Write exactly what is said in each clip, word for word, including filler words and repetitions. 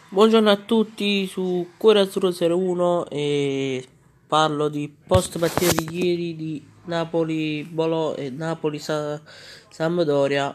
Buongiorno a tutti su Cuore Azzurro zero uno e parlo di post partita di ieri di Napoli Bologna e Napoli Sampdoria.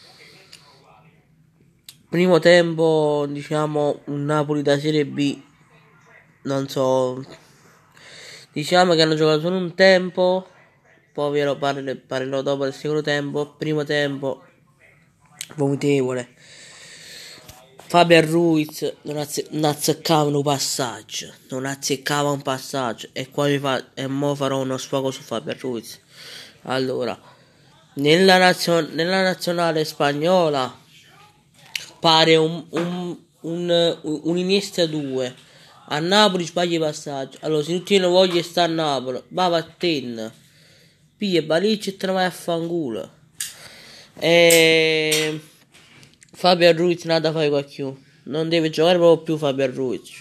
Primo tempo, diciamo, un Napoli da Serie B, non so, diciamo che hanno giocato solo un tempo, poi ve lo parlo, parlerò dopo del secondo tempo. Primo tempo vomitevole. Fabian Ruiz non, azze- non azzeccava un passaggio, non azzeccava un passaggio e qua mi fa, e mo farò uno sfogo su Fabian Ruiz. Allora, nella, nazio- nella nazionale spagnola pare un, un, un, un Iniesta due. A Napoli sbaglia i passaggi. Allora, se tu non voglio stare a Napoli, va a ten, piglia Balicci e te ne vai a fanculo. E Fabian Ruiz nada fare qua più. Non deve giocare proprio più Fabian Ruiz.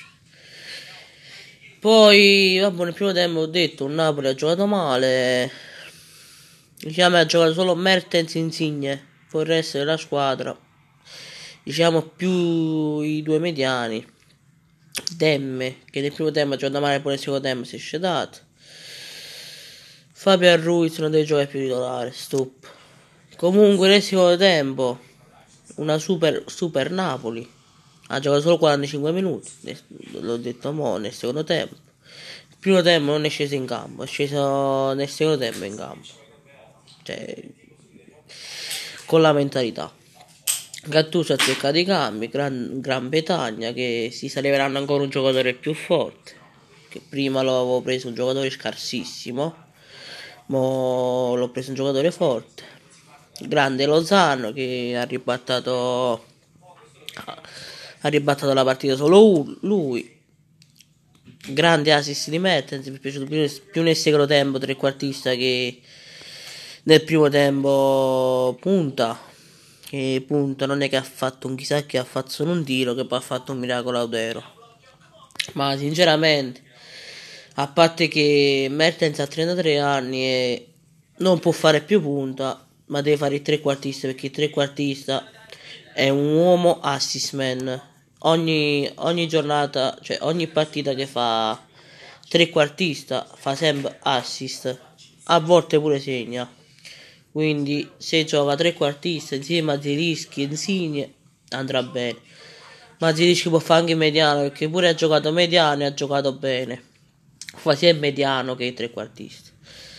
Poi, vabbè, nel primo tempo ho detto, il Napoli ha giocato male. Diciamo ha giocato solo Mertens Insigne. Poi il resto della squadra. Diciamo più i due mediani. Demme, che nel primo tempo ha giocato male, poi nel secondo tempo si è scedato. Fabian Ruiz non deve giocare più titolare, stop. Comunque nel secondo tempo una super super Napoli ha giocato solo quarantacinque minuti, l'ho detto mo nel secondo tempo. Il primo tempo non è sceso in campo, è sceso nel secondo tempo in campo, cioè con la mentalità. Gattuso ha cercato i cambi, Gran, Gran Bretagna che si sta rivelando ancora un giocatore più forte, che prima l'avevo preso un giocatore scarsissimo, ma l'ho preso un giocatore forte. Grande Lozano che ha ribattato ha ribattato la partita solo lui. Grande assist di Mertens, mi è piaciuto più, più nel secondo tempo trequartista che nel primo tempo punta. Che punta non è che ha fatto un chissà che ha fatto solo un tiro, che poi ha fatto un miracolo autero. Ma sinceramente, a parte che Mertens ha trentatré anni e non può fare più punta, ma deve fare il trequartista, perché il trequartista è un uomo assist man. Ogni, ogni giornata, cioè ogni partita che fa trequartista fa sempre assist, a volte pure segna. Quindi se gioca trequartista insieme a Zielinski e Insigne andrà bene. Ma Zielinski può fare anche mediano, perché pure ha giocato mediano e ha giocato bene. Fa sia il mediano che il trequartista.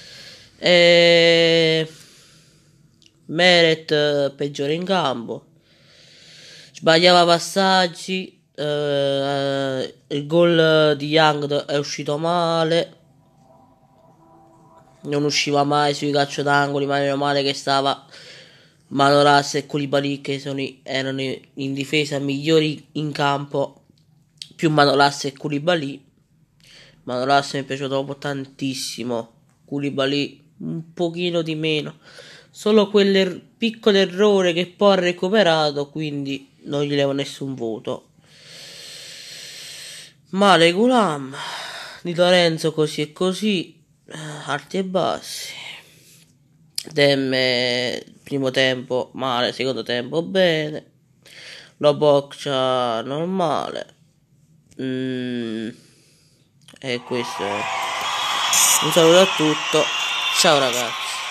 E Meret peggiore in campo, sbagliava passaggi. Eh, il gol di Young è uscito male, non usciva mai sui calcio d'angoli, ma meno male che stava Manolas e Koulibaly, che sono, erano in difesa migliori in campo, più Manolas e Koulibaly. Manolas mi è piaciuto proprio tantissimo, Koulibaly un pochino di meno, solo quel piccolo errore che poi ha recuperato, quindi non gli levo nessun voto. Male Gulam di Lorenzo, così e così, alti e bassi. Demme primo tempo male, secondo tempo bene. Lo Boccia normale. Mm, e questo è. Un saluto a tutto. Ciao ragazzi.